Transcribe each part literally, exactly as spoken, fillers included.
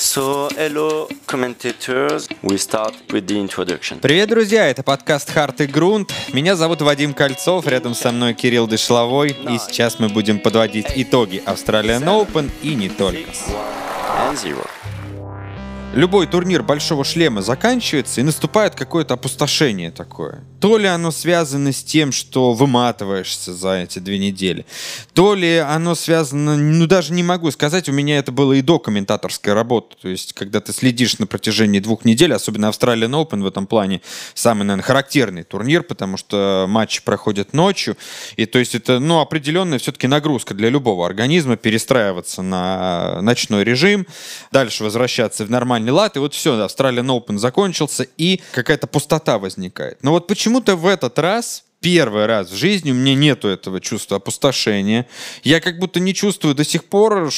So, hello, commentators. We start with the introduction. Привет, друзья! Это подкаст «Хард и Грунт». Меня зовут Вадим Кольцов, рядом со мной Кирилл Дышловой. И сейчас мы будем подводить итоги Australian Open и не только. And zero. Любой турнир Большого Шлема заканчивается, и наступает какое-то опустошение такое. То ли оно связано с тем, что выматываешься за эти две недели, то ли оно связано, ну даже не могу сказать, у меня это было и до комментаторской работы. То есть, когда ты следишь на протяжении двух недель, особенно Australian Open в этом плане самый, наверное, характерный турнир, потому что матчи проходят ночью, и то есть это, ну, определенная все-таки нагрузка для любого организма перестраиваться на ночной режим, дальше возвращаться в нормальный лад, и вот все, Australian Open закончился, и какая-то пустота возникает. Но вот почему-то в этот раз, первый раз в жизни у меня нету этого чувства опустошения. Я как будто не чувствую до сих пор,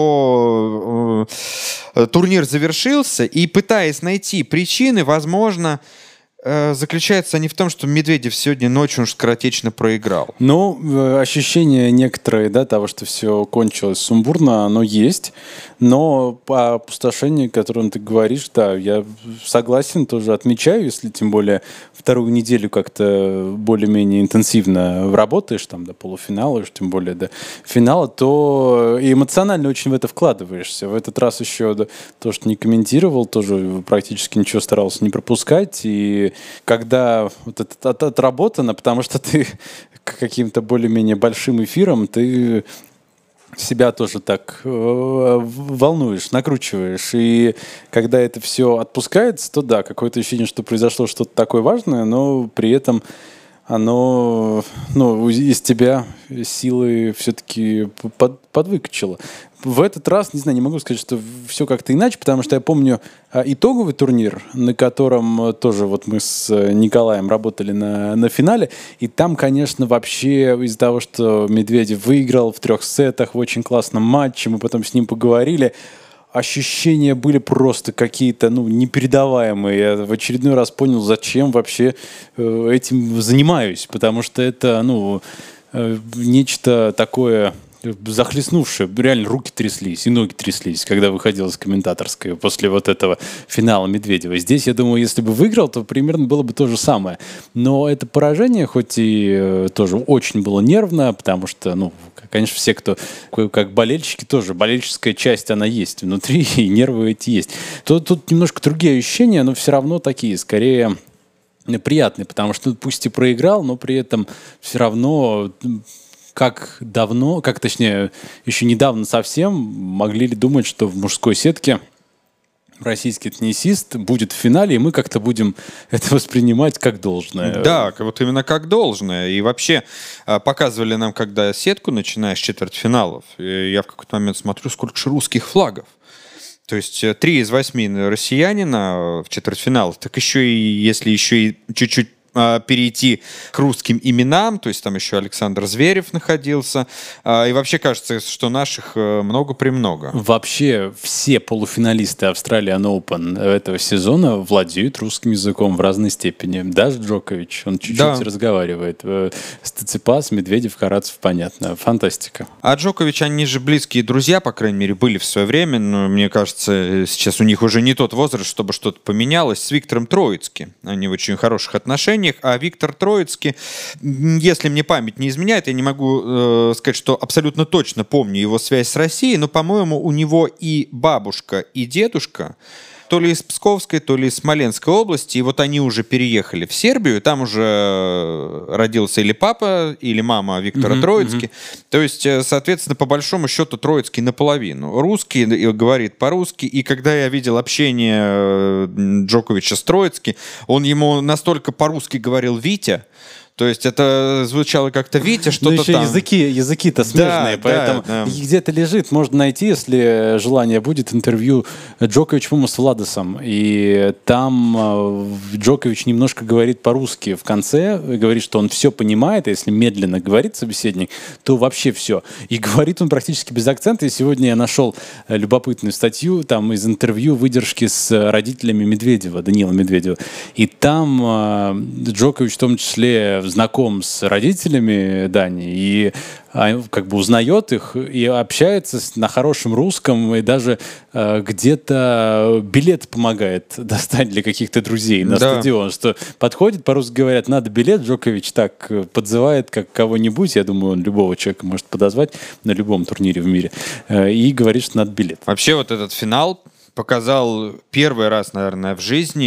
что э, турнир завершился, и пытаясь найти причины, возможно, заключаются они в том, что Медведев сегодня ночью уж скоротечно проиграл. Ну, ощущение некоторое, да, того, что все кончилось сумбурно, оно есть. Но по опустошению, о котором ты говоришь, да, я согласен, тоже отмечаю, если тем более вторую неделю как-то более-менее интенсивно работаешь, там, до полуфинала, уж тем более до финала, то эмоционально очень в это вкладываешься. В этот раз еще да, то, что не комментировал, тоже практически ничего старался не пропускать, и когда вот это от, отработано, потому что ты к каким-то более-менее большим эфирам, ты себя тоже так э, волнуешь, накручиваешь. И когда это все отпускается, то да, какое-то ощущение, что произошло что-то такое важное, но при этом оно, ну, из тебя силы все-таки под, подвыкачало. В этот раз, не знаю, не могу сказать, что все как-то иначе, потому что я помню итоговый турнир, на котором тоже вот мы с Николаем работали на, на финале, и там, конечно, вообще из-за того, что Медведев выиграл в трех сетах в очень классном матче, мы потом с ним поговорили, ощущения были просто какие-то, ну, непередаваемые. Я в очередной раз понял, зачем вообще э, этим занимаюсь, потому что это, ну, э, нечто такое захлестнувшее. Реально руки тряслись и ноги тряслись, когда выходил из комментаторской после вот этого финала Медведева. Здесь, я думаю, если бы выиграл, то примерно было бы то же самое. Но это поражение, хоть и э, тоже очень было нервно, потому что, ну, конечно, все, кто как болельщики, тоже болельческая часть, она есть внутри, и нервы эти есть. Тут, тут немножко другие ощущения, но все равно такие, скорее приятные, потому что пусть и проиграл, но при этом все равно... Как давно, как точнее, еще недавно совсем могли ли думать, что в мужской сетке российский теннисист будет в финале, и мы как-то будем это воспринимать как должное. Да, вот именно как должное. И вообще показывали нам, когда сетку начинаешь четвертьфиналов, я в какой-то момент смотрю, сколько же русских флагов. То есть три из восьми россиянина в четвертьфинал. Так еще и, если еще и чуть-чуть перейти к русским именам, то есть там еще Александр Зверев находился, и вообще кажется, что наших много-премного. Вообще все полуфиналисты Australian Open этого сезона владеют русским языком в разной степени. Даже Джокович, он чуть-чуть да. разговаривает. Циципас, Медведев, Карацев, понятно. Фантастика. А Джокович, они же близкие друзья, по крайней мере, были в свое время, но мне кажется, сейчас у них уже не тот возраст, чтобы что-то поменялось. С Виктором Троицким. Они в очень хороших отношениях. А Виктор Троицкий, если мне память не изменяет, я не могу э, сказать, что абсолютно точно помню его связь с Россией, но, по-моему, у него и бабушка, и дедушка то ли из Псковской, то ли из Смоленской области, и вот они уже переехали в Сербию, там уже родился или папа, или мама Виктора mm-hmm, Троицки. Mm-hmm. То есть, соответственно, по большому счету Троицкий наполовину. Русский, говорит по-русски, и когда я видел общение Джоковича с Троицки, он ему настолько по-русски говорил «Витя», то есть это звучало как-то, Витя, что-то еще там. Языки, языки-то смежные, да, поэтому да, да. где-то лежит, можно найти, если желание будет, интервью Джокович, по-моему, с Владосом. И там Джокович немножко говорит по-русски в конце, говорит, что он все понимает, а если медленно говорит собеседник, то вообще все. И говорит он практически без акцента. И сегодня я нашел любопытную статью там из интервью, выдержки с родителями Медведева, Данила Медведева. И там Джокович в том числе знаком с родителями Дани, и а, как бы узнает их и общается с, на хорошем русском, и даже э, где-то билет помогает достать для каких-то друзей на Да. стадион, что подходит, по-русски говорят, надо билет, Джокович так э, подзывает как кого-нибудь, я думаю, он любого человека может подозвать на любом турнире в мире, э, и говорит, что надо билет. Вообще вот этот финал показал первый раз, наверное, в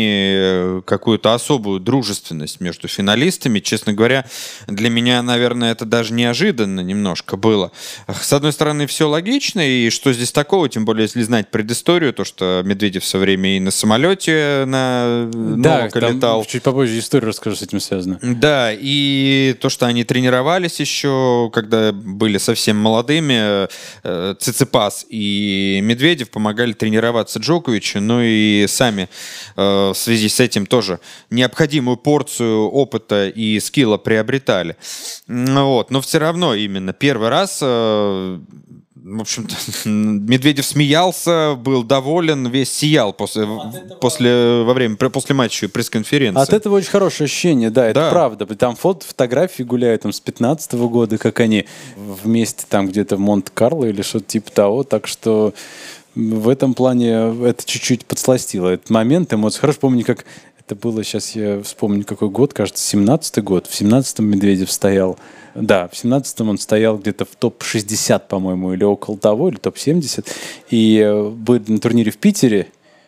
жизни какую-то особую дружественность между финалистами. Честно говоря, для меня, наверное, это даже неожиданно немножко было. С одной стороны, все логично, и что здесь такого, тем более, если знать предысторию, то, что Медведев все время и на самолете на Да, Новака там летал. чуть попозже историю расскажу, с этим связано. Да, и то, что они тренировались еще, когда были совсем молодыми, э, Циципас и Медведев помогали тренироваться Джоковичу, ну и сами э, в связи с этим тоже необходимую порцию опыта и скилла приобретали. Ну вот, но все равно именно первый раз... Э, В общем-то, Медведев смеялся, был доволен, весь сиял после, после, во время, после матча пресс-конференции. От этого очень хорошее ощущение, да, это Да. правда. Там фото, фотографии гуляют там, с пятнадцатого года, как они вместе там где-то в Монте-Карло или что-то типа того. Так что в этом плане это чуть-чуть подсластило этот момент. Эмоции. Хорошо помню, как это было, сейчас я вспомню, какой год, кажется, семнадцатый год. В семнадцатом Медведев стоял. Да, в семнадцатом он стоял где-то в топ шестьдесят, по-моему, или около того, или топ семьдесят. И э, был на турнире в Питере.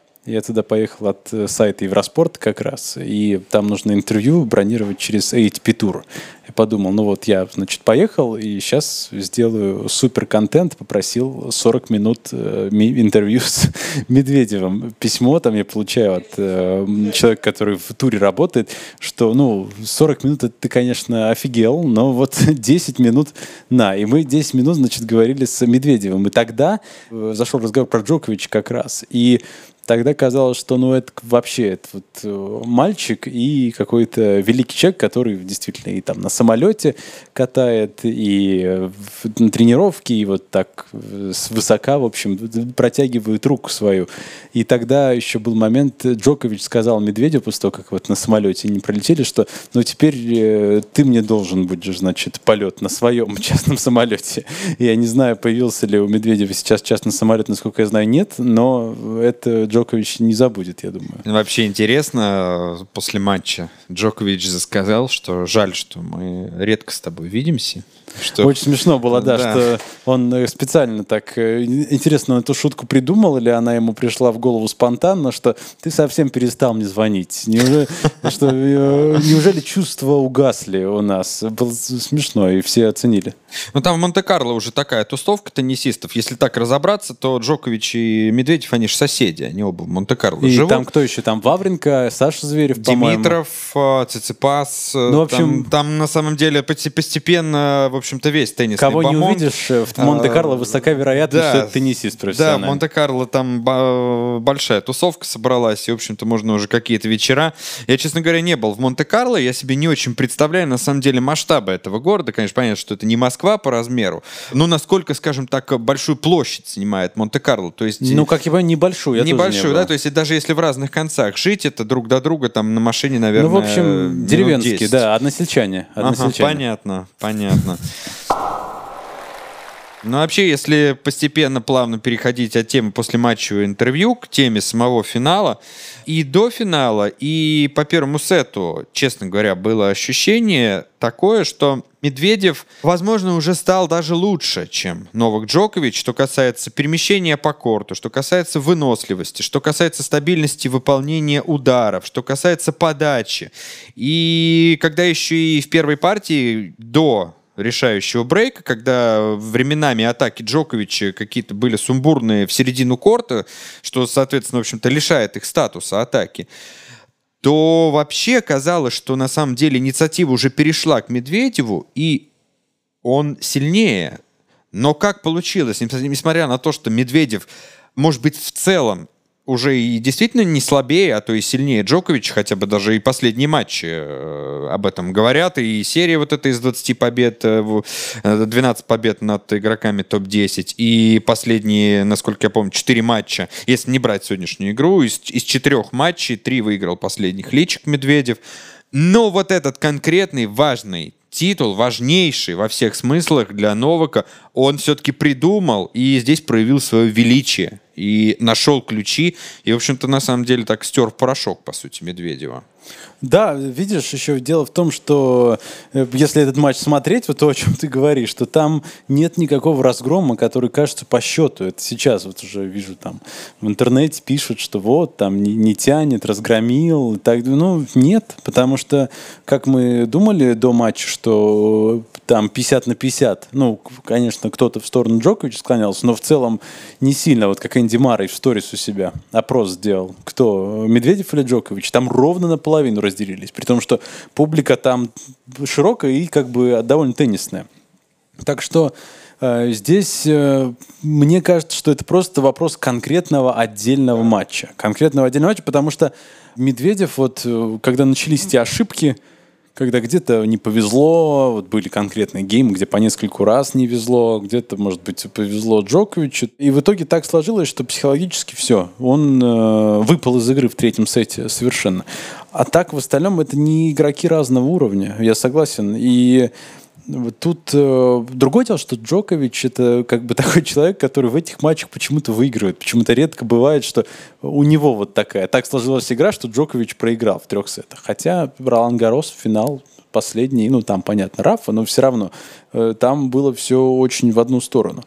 Я туда поехал от э, сайта Евроспорта как раз. И там нужно интервью бронировать через эй ти пи Tour. Я подумал, ну вот я, значит, поехал, и сейчас сделаю супер контент. Попросил сорок минут э, ми- интервью с Медведевым. Письмо там я получаю от э, человека, который в туре работает, что, ну, сорок минут это ты, конечно, офигел, но вот десять минут на. И мы десять минут, значит, говорили с Медведевым. И тогда э, зашел разговор про Джоковича как раз. И тогда казалось, что ну это вообще это вот, э, мальчик и какой-то великий человек, который действительно и там на самолете катает, и э, в, на тренировке, и вот так э, свысока, в общем, протягивает руку свою. И тогда еще был момент, Джокович сказал Медведеву, после того, как вот на самолете не пролетели, что ну теперь э, ты мне должен будешь, значит, полет на своем частном самолете. Я не знаю, появился ли у Медведева сейчас частный самолет, насколько я знаю, нет, но это Джокович не забудет, я думаю. Вообще интересно, после матча Джокович сказал, что жаль, что мы редко с тобой видимся. Что... Очень смешно было, да, Да. что он э, специально так... э, Интересно, он эту шутку придумал, или она ему пришла в голову спонтанно, что ты совсем перестал мне звонить. Неужели, что, э, неужели чувства угасли у нас? Было смешно, и все оценили. Ну там в Монте-Карло уже такая тусовка теннисистов. Если так разобраться, то Джокович и Медведев, они же соседи, они оба в Монте-Карло И живут. там кто еще? Там Вавринка, Саша Зверев, по-моему. Димитров, э, Циципас. э, Ну, в общем- там, там на самом деле поте- постепенно, в общем-то, весь теннисный Кого не бомонд. увидишь э, в Монте-Карло, высока вероятность, да. что это теннисист Да, в профессиональный. Монте-Карло там ба- большая тусовка собралась, и, в общем-то, можно уже какие-то вечера. Я, честно говоря, не был в Монте-Карло, я себе не очень представляю, на самом деле, масштабы этого города. Конечно, понятно, что это не Москва по размеру, но насколько, скажем так, большую площадь занимает Монте-Карло. То есть... Ну, как я понимаю, небольшую. Я тоже не Небольшую, был. да, то есть и даже если в разных концах жить, это друг до друга там на машине, наверное, Ну, в общем, минут деревенские, десять. да, односельчане. Ага, односельчане. понятно, понятно. Ну, вообще, если постепенно, плавно переходить от темы послематчевого интервью к теме самого финала, и до финала, и по первому сету, честно говоря, было ощущение такое, что Медведев, возможно, уже стал даже лучше, чем Новак Джокович, что касается перемещения по корту, что касается выносливости, что касается стабильности выполнения ударов, что касается подачи. И когда еще и в первой партии до решающего брейка, когда временами атаки Джоковича какие-то были сумбурные в середину корта, что, соответственно, в общем-то, лишает их статуса атаки, то вообще казалось, что на самом деле инициатива уже перешла к Медведеву, и он сильнее. Но как получилось, несмотря на то, что Медведев, может быть, в целом уже и действительно не слабее, а то и сильнее Джокович, хотя бы даже и последние матчи э, об этом говорят, и серия вот эта из двадцати побед, э, двенадцать побед над игроками топ десять, и последние, насколько я помню, четыре матча, если не брать сегодняшнюю игру, из, из четырех матчей три выиграл последних личик Медведев. Но вот этот конкретный важный титул, важнейший во всех смыслах для Новака, он все-таки придумал и здесь проявил свое величие. И нашел ключи, и, в общем-то, на самом деле так стер в порошок, по сути, Медведева. Да, видишь, еще дело в том, что э, если этот матч смотреть, вот то, о чем ты говоришь, что там нет никакого разгрома, который кажется по счету. Это сейчас вот уже вижу там в интернете пишут, что вот там не, не тянет, разгромил. Так, ну, нет, потому что, как мы думали до матча, что там пятьдесят на пятьдесят, ну, конечно, кто-то в сторону Джоковича склонялся, но в целом не сильно, вот как Энди Маррей в сторис у себя опрос сделал. Кто, Медведев или Джокович? Там ровно наполовину разделились, при том, что публика там широкая и как бы довольно теннисная. Так что э, здесь э, мне кажется, что это просто вопрос конкретного отдельного матча. Конкретного отдельного матча, потому что Медведев, вот э, когда начались эти ошибки, когда где-то не повезло, вот были конкретные геймы, где по нескольку раз не везло, где-то, может быть, повезло Джоковичу. И в итоге так сложилось, что психологически все, он э, выпал из игры в третьем сете совершенно. А так, в остальном, это не игроки разного уровня, я согласен. И тут э, другое дело, что Джокович — это как бы такой человек, который в этих матчах почему-то выигрывает. Почему-то редко бывает, что у него вот такая. Так сложилась игра, что Джокович проиграл в трех сетах. Хотя Ролан Гаррос, финал последний, ну там, понятно, Рафа, но все равно э, там было все очень в одну сторону.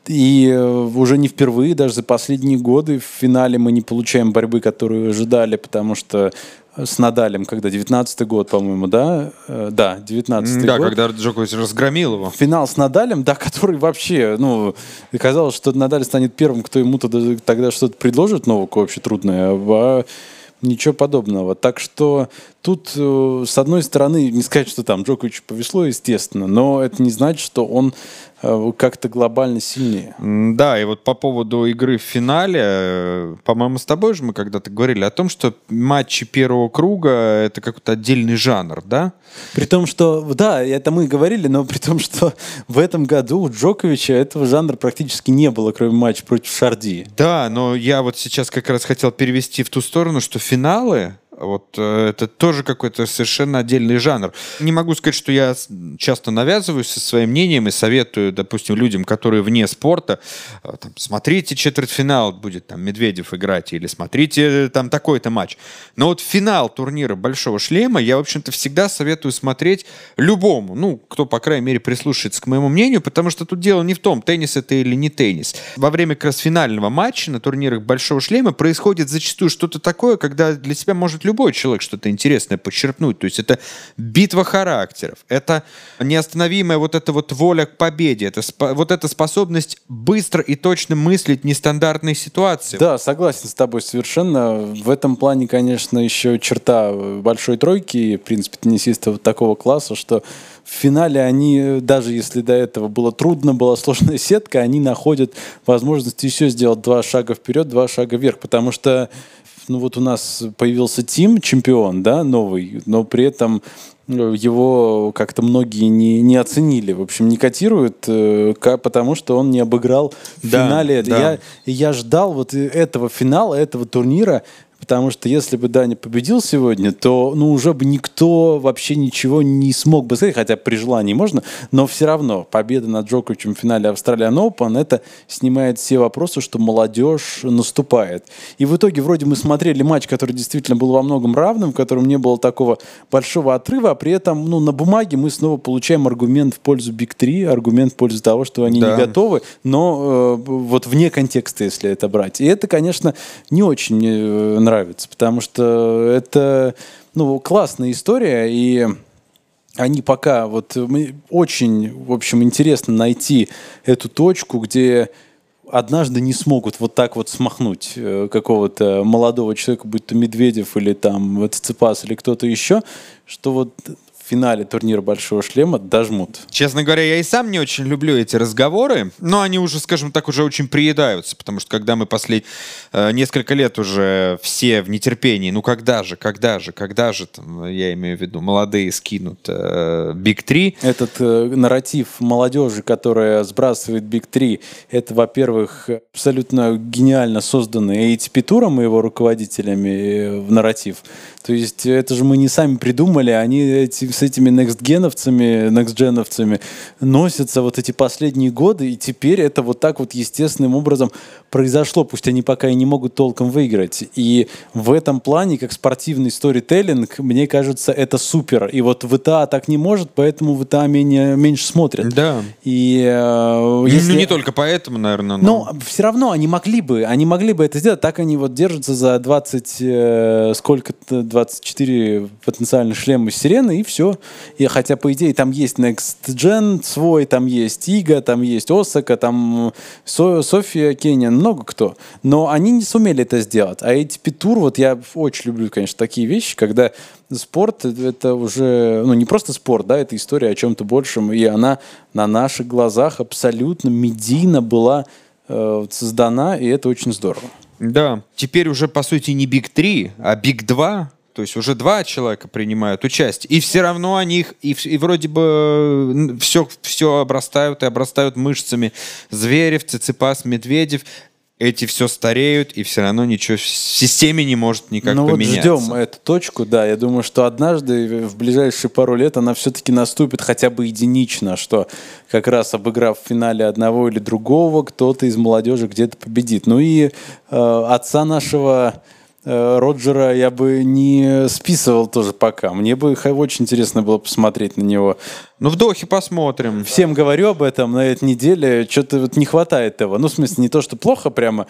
И э, уже не впервые, даже за последние годы в финале мы не получаем борьбы, которую ожидали, потому что с Надалем, когда девятнадцатый год, по-моему, да? Э, да, девятнадцатый да, год. когда Джокович разгромил его. Финал с Надалем, да, который вообще, ну, казалось, что Надаль станет первым, кто ему тогда, тогда что-то предложит Новаку вообще трудное, а ничего подобного. Так что тут, э, с одной стороны, не сказать, что там Джоковичу повезло, естественно, но это не значит, что он э, как-то глобально сильнее. Да, и вот по поводу игры в финале, э, по-моему, с тобой же мы когда-то говорили о том, что матчи первого круга — это какой-то отдельный жанр, да? При том, что, да, это мы говорили, но при том, что в этом году у Джоковича этого жанра практически не было, кроме матча против Шарди. Да, но я вот сейчас как раз хотел перевести в ту сторону, что финалы, вот э, это тоже какой-то совершенно отдельный жанр. Не могу сказать, что я часто навязываюсь со своим мнением и советую, допустим, людям, которые вне спорта, э, там, смотрите четвертьфинал, будет там Медведев играть, или смотрите там такой-то матч. Но вот финал турнира «Большого шлема» я, в общем-то, всегда советую смотреть любому, ну, кто, по крайней мере, прислушается к моему мнению, потому что тут дело не в том, теннис это или не теннис. Во время как раз финального матча на турнирах «Большого шлема» происходит зачастую что-то такое, когда для себя может любой человек что-то интересное подчеркнуть. То есть это битва характеров, это неостановимая вот эта вот воля к победе, это спо- вот эта способность быстро и точно мыслить нестандартные ситуации. Да, согласен с тобой совершенно. В этом плане, конечно, еще черта большой тройки, в принципе, теннисистов такого класса, что в финале они, даже если до этого было трудно, была сложная сетка, они находят возможность еще сделать два шага вперед, два шага вверх, потому что ну вот у нас появился Тим, чемпион, да, новый, но при этом его как-то многие не, не оценили, в общем, не котируют, э, потому что он не обыграл в да, финале. Да. Я, я ждал вот этого финала, этого турнира, потому что если бы Даня победил сегодня, то ну, уже бы никто вообще ничего не смог бы сказать, хотя при желании можно, но все равно победа над Джоковичем в финале Australian Open, это снимает все вопросы, что молодежь наступает. И в итоге вроде мы смотрели матч, который действительно был во многом равным, в котором не было такого большого отрыва, а при этом ну, на бумаге мы снова получаем аргумент в пользу Биг три, аргумент в пользу того, что они да. не готовы, но э, вот вне контекста, если это брать. И это, конечно, не очень мне нравится. нравится, потому что это ну, классная история, и они пока вот очень, в общем, интересно найти эту точку, где однажды не смогут вот так вот смахнуть какого-то молодого человека, будь то Медведев или там Циципас или кто-то еще, что вот в финале турнира «Большого шлема» дожмут. Честно говоря, я и сам не очень люблю эти разговоры, но они уже, скажем так, уже очень приедаются, потому что когда мы после э, несколько лет уже все в нетерпении, ну когда же, когда же, когда же, там, я имею в виду, молодые скинут э, Биг три. Этот э, нарратив молодежи, которая сбрасывает Биг три, это, во-первых, абсолютно гениально созданный эй ти пи-туром и его руководителями в нарратив. То есть это же мы не сами придумали, они эти, с этими некстгеновцами, некстгеновцами носятся вот эти последние годы, и теперь это вот так вот естественным образом произошло, пусть они пока и не могут толком выиграть. И в этом плане, как спортивный сторителлинг, мне кажется, это супер. И вот ви ти эй так не может, поэтому ви ти эй менее, меньше смотрят. Да. И, э, если... Ну, не только поэтому, наверное. Но... но все равно они могли бы, они могли бы это сделать. Так они вот держатся за двадцать, э, сколько-то, двадцать четыре потенциальных шлема сирены, и все. И хотя, по идее, там есть Next Gen свой, там есть Ига, там есть Осака, там Со- София Кенниан, много кто. Но они не сумели это сделать. А эй ти пи-тур, вот я очень люблю, конечно, такие вещи, когда спорт — это уже, ну, не просто спорт, да, это история о чем-то большем, и она на наших глазах абсолютно медийно была э, создана, и это очень здорово. Да, теперь уже, по сути, не Биг три, а Биг два. То есть уже два человека принимают участие. И все равно они их, и, и вроде бы все, все обрастают и обрастают мышцами. Зверев, Циципас, Медведев. Эти все стареют, и все равно ничего в системе не может никак ну поменяться. Вот ждем эту точку, да. Я думаю, что однажды, в ближайшие пару лет, она все-таки наступит хотя бы единично, что как раз обыграв в финале одного или другого, кто-то из молодежи где-то победит. Ну и э, отца нашего... Роджера я бы не списывал тоже пока. Мне бы очень интересно было посмотреть на него. Ну, в Дохе посмотрим. Всем говорю об этом на этой неделе. Что-то вот не хватает этого. Ну, в смысле, не то, что плохо прямо,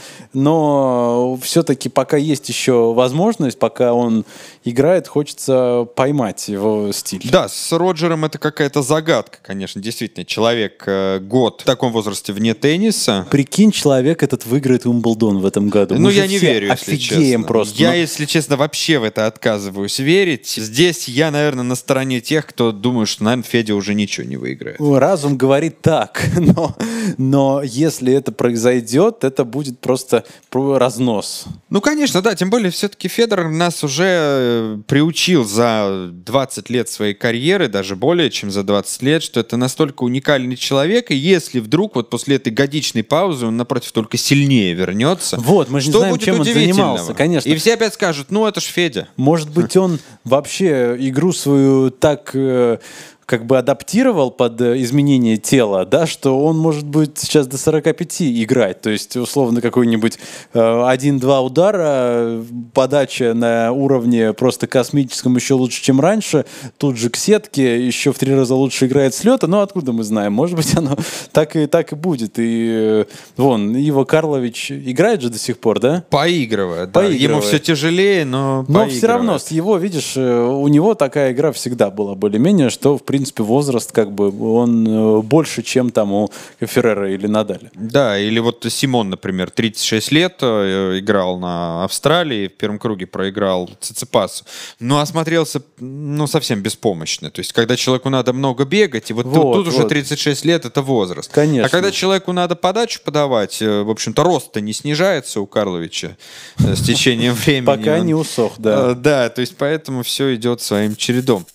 но все-таки пока есть еще возможность, пока он играет, хочется поймать его стиль. Да, с Роджером это какая-то загадка, конечно. Действительно, человек э, год в таком возрасте вне тенниса. Прикинь, человек этот выиграет Уимблдон в этом году. Ну, Мы я не верю, если офигеем честно. просто. Я, но... если честно, вообще в это отказываюсь верить. Здесь я, наверное, на стороне тех, кто думает, что, наверное, Федя уже ничего не выиграет. Разум говорит так, но, но если это произойдет, это будет просто разнос. Ну, конечно, да, тем более все-таки Федерер нас уже приучил за двадцать лет своей карьеры, даже более чем за двадцать лет, что это настолько уникальный человек, и если вдруг вот после этой годичной паузы он, напротив, только сильнее вернется, вот, мы же не знаем, чем он занимался, конечно. И все опять скажут, ну, это ж Федя. Может быть, он вообще игру свою так... как бы адаптировал под изменение тела, да, что он может быть сейчас до сорока пяти играть. То есть, условно, какой-нибудь э, один-два удара, подача на уровне просто космическом еще лучше, чем раньше, тут же к сетке, еще в три раза лучше играет с лета. Ну, откуда мы знаем? Может быть, оно так и, так и будет. И э, вон, Иво Карлович играет же до сих пор, да? Поигрывает, да. Поигрывает. Ему все тяжелее, но Но все равно, с его, видишь, у него такая игра всегда была более-менее, что, в принципе, возраст, как бы, он больше, чем там у Феррера или Надаля. Да, или вот Симон, например, тридцать шесть лет, играл на Австралии, в первом круге проиграл Циципасу, но осмотрелся, ну, совсем беспомощно. То есть, когда человеку надо много бегать, и вот, вот тут, тут вот. Уже тридцать шесть лет — это возраст. Конечно. А когда человеку надо подачу подавать, в общем-то, рост-то не снижается у Карловича с течением времени. Пока не усох, да. Да, то есть, поэтому все идет своим чередом.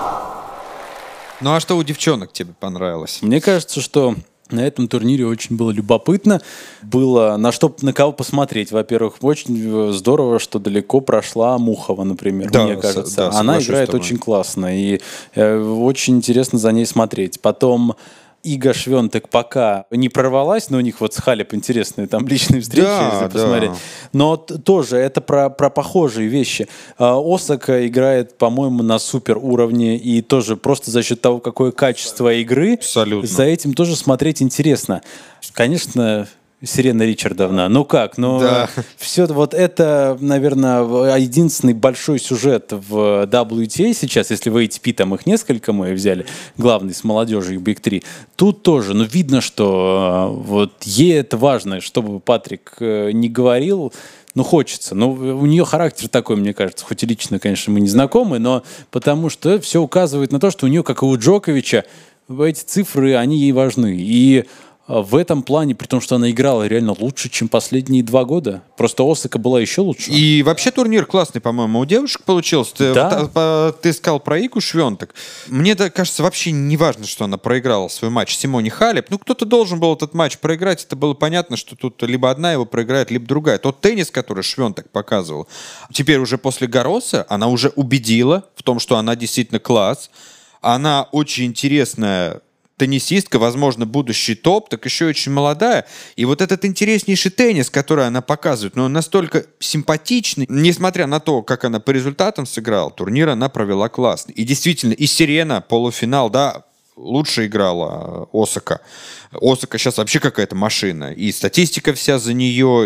Ну а что у девчонок тебе понравилось? Мне кажется, что на этом турнире очень было любопытно. Было на что, на кого посмотреть. Во-первых, очень здорово, что далеко прошла Мухова, например, да, мне кажется. Да, она играет очень классно, и э, очень интересно за ней смотреть. Потом Ига Швентек пока не прорвалась, но у них вот с Халеп интересные там личные встречи, да, если посмотреть. Да. Но тоже это про, про похожие вещи. Осака играет, по-моему, на супер уровне, и тоже просто за счет того, какое качество игры, абсолютно. За этим тоже смотреть интересно. Конечно, Сирена Ричардовна, ну как, ну да. Все вот это, наверное, единственный большой сюжет в дабл ю ти эй сейчас, если в эй ти пи там их несколько мы взяли, главный с молодежью Биг три, тут тоже, ну видно, что вот ей это важно, чтобы Патрик не говорил, ну, хочется. Ну, у нее характер такой, мне кажется, хоть и лично, конечно, мы не знакомы, но потому что все указывает на то, что у нее, как и у Джоковича, эти цифры, они ей важны. И в этом плане, при том, что она играла реально лучше, чем последние два года. Просто Осака была еще лучше. И вообще турнир классный, по-моему, у девушек получился. Ты, да. вот, ты сказал про Игу Швентек. Мне кажется, вообще не важно, что она проиграла свой матч Симоне Халеп. Ну, кто-то должен был этот матч проиграть. Это было понятно, что тут либо одна его проиграет, либо другая. Тот теннис, который Швентек показывал, теперь уже после Гарроса она уже убедила в том, что она действительно класс. Она очень интересная теннисистка, возможно, будущий топ, так еще очень молодая. И вот этот интереснейший теннис, который она показывает, но он настолько симпатичный, несмотря на то, как она по результатам сыграла, турнир она провела классно. И действительно, и Серена, полуфинал, да, лучше играла Осака. Осака сейчас вообще какая-то машина. И статистика вся за нее,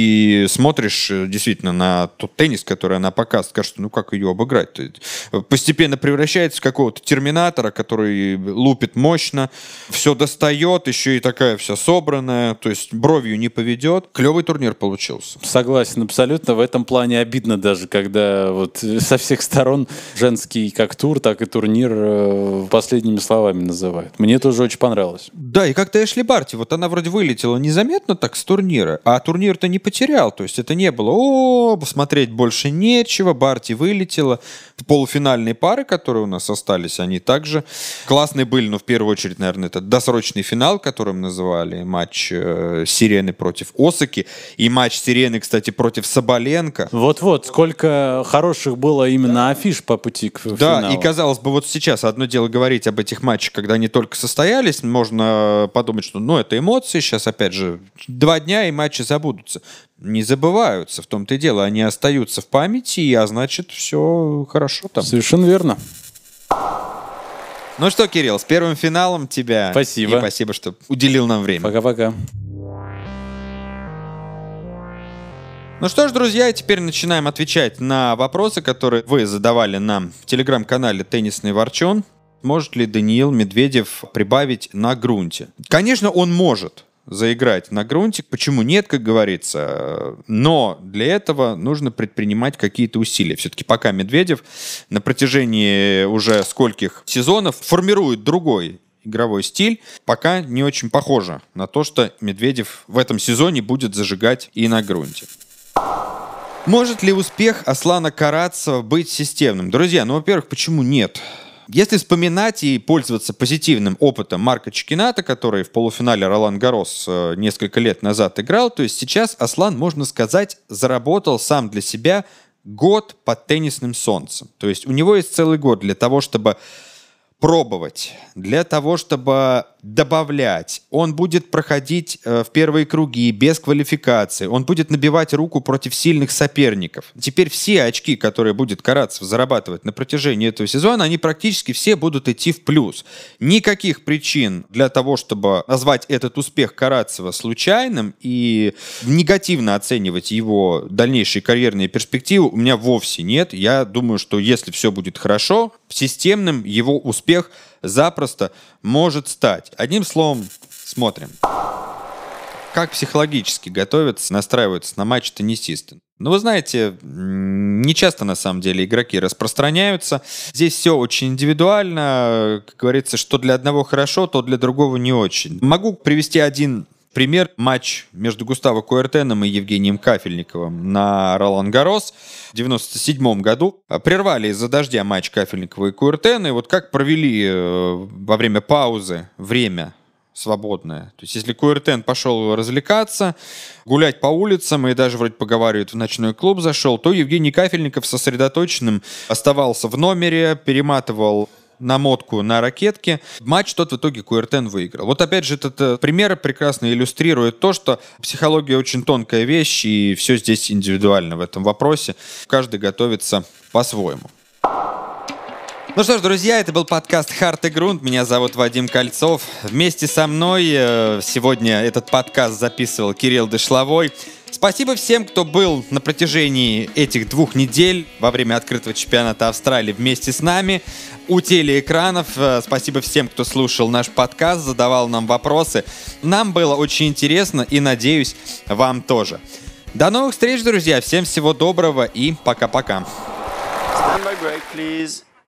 и смотришь действительно на тот теннис, который она показывает, кажется, ну как ее обыграть? Постепенно превращается в какого-то терминатора, который лупит мощно, все достает, еще и такая вся собранная, то есть бровью не поведет. Клевый турнир получился. Согласен абсолютно. В этом плане обидно даже, когда вот со всех сторон женский как тур, так и турнир последними словами называют. Мне тоже очень понравилось. Да, и как-то Эшли Барти, вот она вроде вылетела незаметно так с турнира, а турнир-то не потерял, то есть это не было, о, посмотреть больше нечего, Барти вылетела. Полуфинальные пары, которые у нас остались, они также классные были, но в первую очередь, наверное, это досрочный финал, которым называли матч э, Сирены против Осаки, и матч Сирены, кстати, против Соболенко. Вот-вот, сколько хороших было именно афиш по пути к финалу. Да, и казалось бы, вот сейчас одно дело говорить об этих матчах, когда они только состоялись, можно подумать, что ну это эмоции, сейчас опять же два дня и матчи забудутся. Не забываются, в том-то и дело, они остаются в памяти, а значит все хорошо там. Совершенно верно. Ну что, Кирилл, с первым финалом тебя. Спасибо. И спасибо, что уделил нам время. Пока-пока. Ну что ж, друзья, теперь начинаем отвечать на вопросы, которые вы задавали нам в телеграм-канале «Теннисный ворчун». Может ли Даниил Медведев прибавить на грунте? Конечно, он может заиграть на грунте. Почему нет, как говорится? Но для этого нужно предпринимать какие-то усилия. Все-таки пока Медведев на протяжении уже скольких сезонов формирует другой игровой стиль, пока не очень похоже на то, что Медведев в этом сезоне будет зажигать и на грунте. Может ли успех Аслана Каратцева быть системным? Друзья, ну, во-первых, почему нет? Если вспоминать и пользоваться позитивным опытом Марка Чекината, который в полуфинале Ролан-Гаррос несколько лет назад играл, то есть сейчас Аслан, можно сказать, заработал сам для себя год под теннисным солнцем. То есть у него есть целый год для того, чтобы пробовать, для того, чтобы добавлять. Он будет проходить э, в первые круги без квалификации. Он будет набивать руку против сильных соперников. Теперь все очки, которые будет Каратцев зарабатывать на протяжении этого сезона, они практически все будут идти в плюс. Никаких причин для того, чтобы назвать этот успех Каратцева случайным и негативно оценивать его дальнейшие карьерные перспективы у меня вовсе нет. Я думаю, что если все будет хорошо, системным его успех запросто может стать. Одним словом, смотрим. Как психологически готовятся, настраиваются на матч теннисисты? Ну, вы знаете, не часто на самом деле игроки распространяются. Здесь все очень индивидуально. Как говорится, что для одного хорошо, то для другого не очень. Могу привести один пример. Матч между Густаво Куэртеном и Евгением Кафельниковым на Ролан-Гаррос в девяносто седьмом году. Прервали из-за дождя матч Кафельникова и Куэртена. И вот как провели во время паузы время свободное. То есть если Куэртен пошел развлекаться, гулять по улицам и даже вроде поговаривают в ночной клуб зашел, то Евгений Кафельников сосредоточенным оставался в номере, перематывал намотку на ракетке. Матч тот в итоге Куэртен выиграл. Вот опять же этот пример прекрасно иллюстрирует то, что психология очень тонкая вещь, и все здесь индивидуально в этом вопросе. Каждый готовится по-своему. Ну что ж, друзья, это был подкаст «Хард и Грунт». Меня зовут Вадим Кольцов. Вместе со мной сегодня этот подкаст записывал Кирилл Дышловой. Спасибо всем, кто был на протяжении этих двух недель во время открытого чемпионата Австралии вместе с нами у телеэкранов. Спасибо всем, кто слушал наш подкаст, задавал нам вопросы. Нам было очень интересно и, надеюсь, вам тоже. До новых встреч, друзья. Всем всего доброго и пока-пока. Stand by break, please.